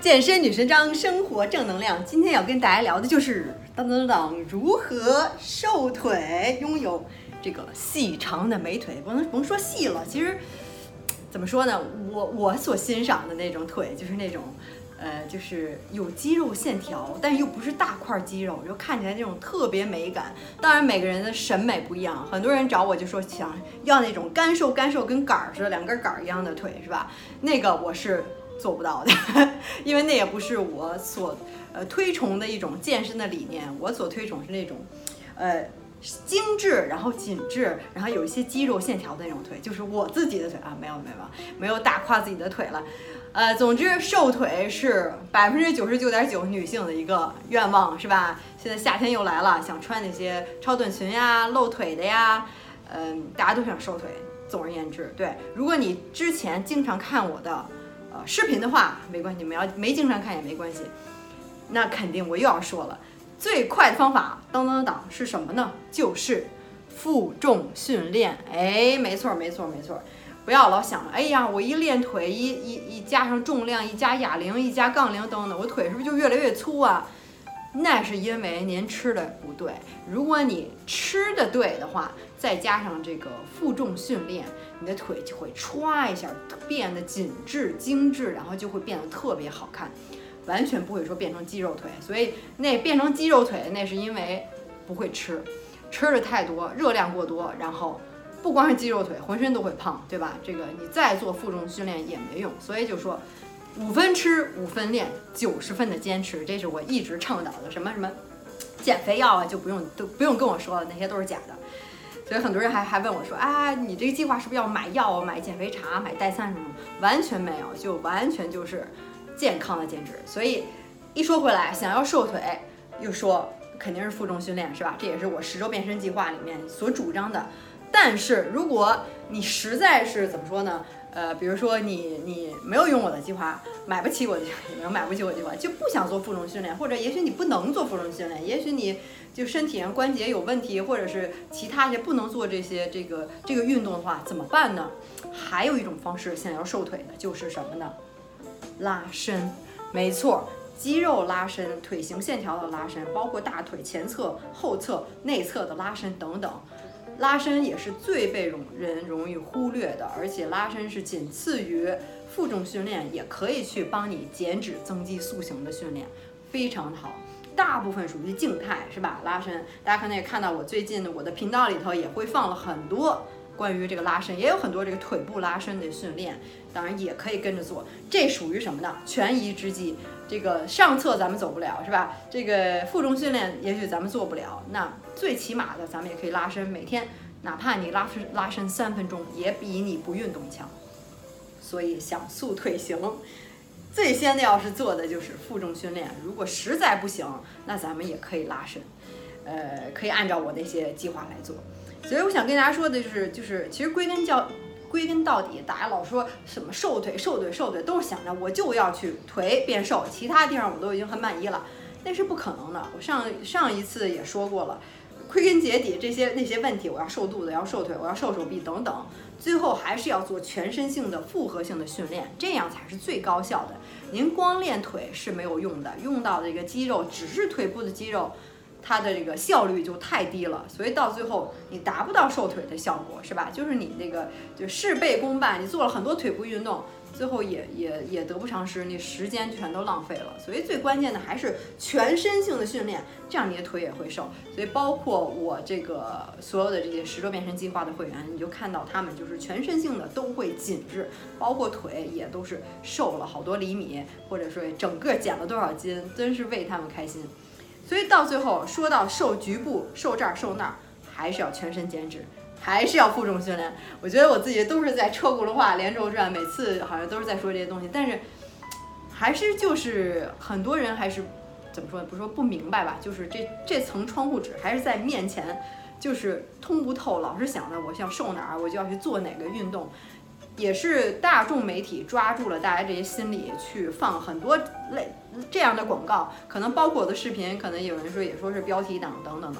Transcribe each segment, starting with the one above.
健身女神张，生活正能量。今天要跟大家聊的就是如何瘦腿，拥有这个细长的美腿。甭说细了，其实怎么说呢？我所欣赏的那种腿就是那种，就是有肌肉线条，但是又不是大块肌肉，就看起来那种特别美感。当然每个人的审美不一样，很多人找我就说想要那种干瘦跟杆儿似的，两根杆儿一样的腿，是吧？那个我是做不到的，因为那也不是我所推崇的一种健身的理念。我所推崇是那种精致，然后紧致，然后有一些肌肉线条的那种腿，就是我自己的腿啊，没有大夸自己的腿了。总之瘦腿是99.9%女性的一个愿望，是吧？现在夏天又来了，想穿那些超短裙呀、露腿的呀，大家都想瘦腿。总而言之，对，如果你之前经常看我的视频的话，没关系，没经常看也没关系。那肯定我又要说了，最快的方法是什么呢？就是负重训练。哎，没错，不要老想了，哎呀，我一练腿，一加上重量，一加哑铃，一加杠铃等等，我腿是不是就越来越粗啊？那是因为您吃的不对。如果你吃的对的话，再加上这个负重训练，你的腿就会歘一下变得紧致精致，然后就会变得特别好看，完全不会说变成肌肉腿。所以那变成肌肉腿，那是因为不会吃的太多，热量过多，然后不光是肌肉腿，浑身都会胖，对吧？这个你再做负重训练也没用。所以就说5分吃5分练，90分的坚持，这是我一直倡导的。什么减肥药啊，就不用跟我说了，那些都是假的。所以很多人还问我说，啊，你这个计划是不是要买药啊，买减肥茶，买代餐什么？完全没有，就完全就是健康的减脂。所以一说回来，想要瘦腿，又说肯定是负重训练，是吧？这也是我10周变身计划里面所主张的。但是如果你实在是怎么说呢？比如说你没有用我的计划，买不起我的计划，就不想做负重训练，或者也许你不能做负重训练，也许你就身体上关节有问题，或者是其他些不能做这个运动的话，怎么办呢？还有一种方式想要瘦腿的就是什么呢？拉伸。没错，肌肉拉伸，腿型线条的拉伸，包括大腿前侧、后侧、内侧的拉伸等等。拉伸也是最被人容易忽略的，而且拉伸是仅次于负重训练，也可以去帮你减脂增肌塑形的训练，非常好。大部分属于静态，是吧？拉伸，大家可能也看到我最近我的频道里头也会放了很多关于这个拉伸，也有很多这个腿部拉伸的训练，当然也可以跟着做。这属于什么呢？权宜之计。这个上侧咱们走不了，是吧？这个负重训练也许咱们做不了，那最起码的咱们也可以拉伸，每天哪怕你拉伸3分钟，也比你不运动强。所以想塑腿型，最先的要是做的就是负重训练。如果实在不行，那咱们也可以拉伸，可以按照我的一些计划来做。所以我想跟大家说的就是，其实归根到底，大家老说什么瘦腿，都是想着我就要去腿变瘦，其他地方我都已经很满意了，那是不可能的。我上一次也说过了，归根结底那些问题，我要瘦肚子，要瘦腿，我要瘦手臂等等，最后还是要做全身性的复合性的训练，这样才是最高效的。您光练腿是没有用的，用到这个肌肉只是腿部的肌肉，它的这个效率就太低了，所以到最后你达不到瘦腿的效果，是吧？就是你那个就事倍功半，你做了很多腿部运动，最后也得不偿失，你时间全都浪费了。所以最关键的还是全身性的训练，这样你的腿也会瘦。所以包括我这个所有的这些10周变身计划的会员，你就看到他们就是全身性的都会紧致，包括腿也都是瘦了好多厘米，或者说整个减了多少斤，真是为他们开心。所以到最后说到瘦局部、瘦这儿、瘦那儿，还是要全身减脂，还是要负重训练。我觉得我自己都是在车轱辘话连轴转，每次好像都是在说这些东西，但是还是就是很多人还是怎么说，不说不明白吧，就是这层窗户纸还是在面前，就是通不透，老是想着我想瘦哪儿，我就要去做哪个运动。也是大众媒体抓住了大家这些心理，去放很多这样的广告，可能包括我的视频，可能有人说也说是标题党等等等，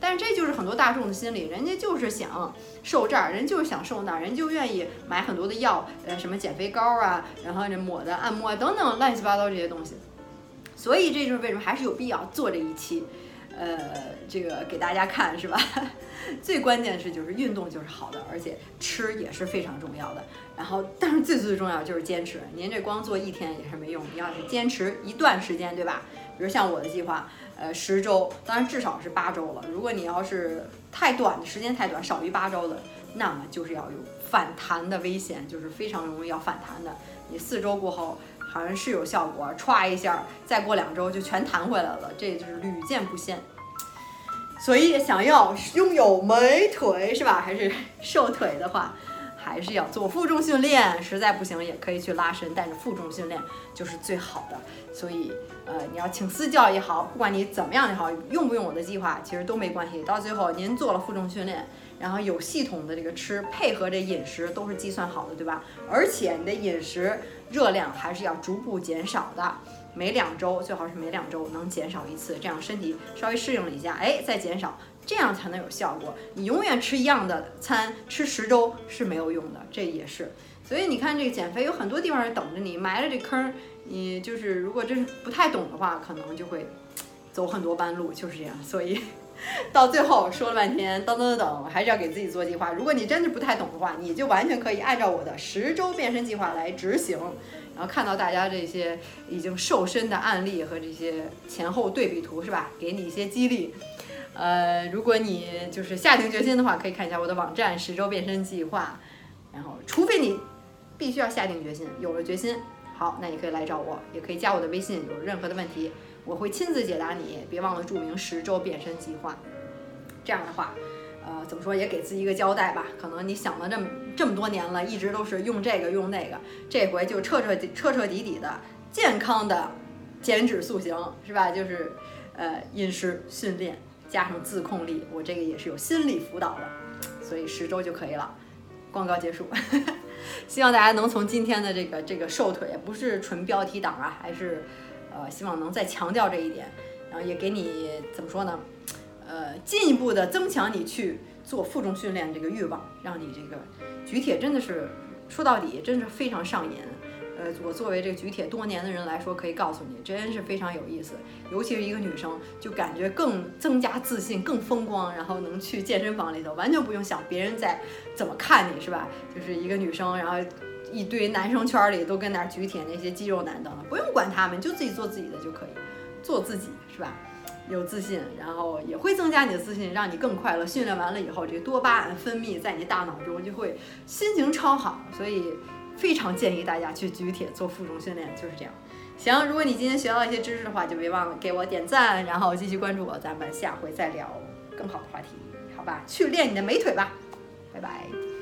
但是这就是很多大众的心理，人家就是想瘦这儿，人就是想瘦那儿，人就愿意买很多的药，什么减肥膏啊，然后这抹的按摩啊等等乱七八糟这些东西。所以这就是为什么还是有必要做这一期，这个给大家看，是吧？最关键是就是运动就是好的，而且吃也是非常重要的。然后，但是最重要就是坚持。您这光做1天也是没用，你要是坚持一段时间，对吧？比如像我的计划，10周，当然至少是8周了。如果你要是太短的时间太短，少于8周的，那么就是要有反弹的危险，就是非常容易要反弹的。你4周过后好像是有效果，歘一下，再过2周就全弹回来了，这就是屡见不鲜。所以想要拥有美腿是吧，还是瘦腿的话，还是要做负重训练，实在不行也可以去拉伸，但是负重训练就是最好的。所以你要请私教也好，不管你怎么样也好，用不用我的计划其实都没关系。到最后您做了负重训练，然后有系统的这个吃，配合这饮食都是计算好的，对吧？而且你的饮食热量还是要逐步减少的，每2周最好是每2周能减少1次，这样身体稍微适应了一下，再减少，这样才能有效果。你永远吃一样的餐，吃10周是没有用的，这也是。所以你看这个减肥有很多地方是等着你，埋了这坑，你就是如果真是不太懂的话，可能就会走很多弯路，就是这样。所以到最后说了半天，等，还是要给自己做计划。如果你真是不太懂的话，你就完全可以按照我的10周变身计划来执行，然后看到大家这些已经瘦身的案例和这些前后对比图，是吧？给你一些激励。如果你就是下定决心的话，可以看一下我的网站10周变身计划。然后，除非你必须要下定决心，有了决心，好，那你可以来找我，也可以加我的微信，有任何的问题，我会亲自解答你。别忘了注明10周变身计划。这样的话，怎么说也给自己一个交代吧。可能你想了这么多年了，一直都是用这个用那个，这回就彻底底的健康的减脂塑形，是吧？就是饮食训练加上自控力，我这个也是有心理辅导的，所以10周就可以了。广告结束。希望大家能从今天的这个瘦腿，不是纯标题党啊，还是希望能再强调这一点，然后也给你怎么说呢？进一步的增强你去做负重训练这个欲望，让你这个举铁真的是说到底真是非常上瘾。我作为这个举铁多年的人来说，可以告诉你，真是非常有意思。尤其是一个女生，就感觉更增加自信，更风光，然后能去健身房里头，完全不用想别人在怎么看你，是吧？就是一个女生，然后一堆男生圈里都跟那儿举铁，那些肌肉男等等，不用管他们，就自己做自己的就可以，做自己，是吧？有自信，然后也会增加你的自信，让你更快乐。训练完了以后，这个多巴胺分泌在你大脑中，就会心情超好，所以非常建议大家去举铁做负重训练，就是这样。行，如果你今天学到一些知识的话，就别忘了给我点赞，然后继续关注我，咱们下回再聊更好的话题，好吧？去练你的美腿吧，拜拜。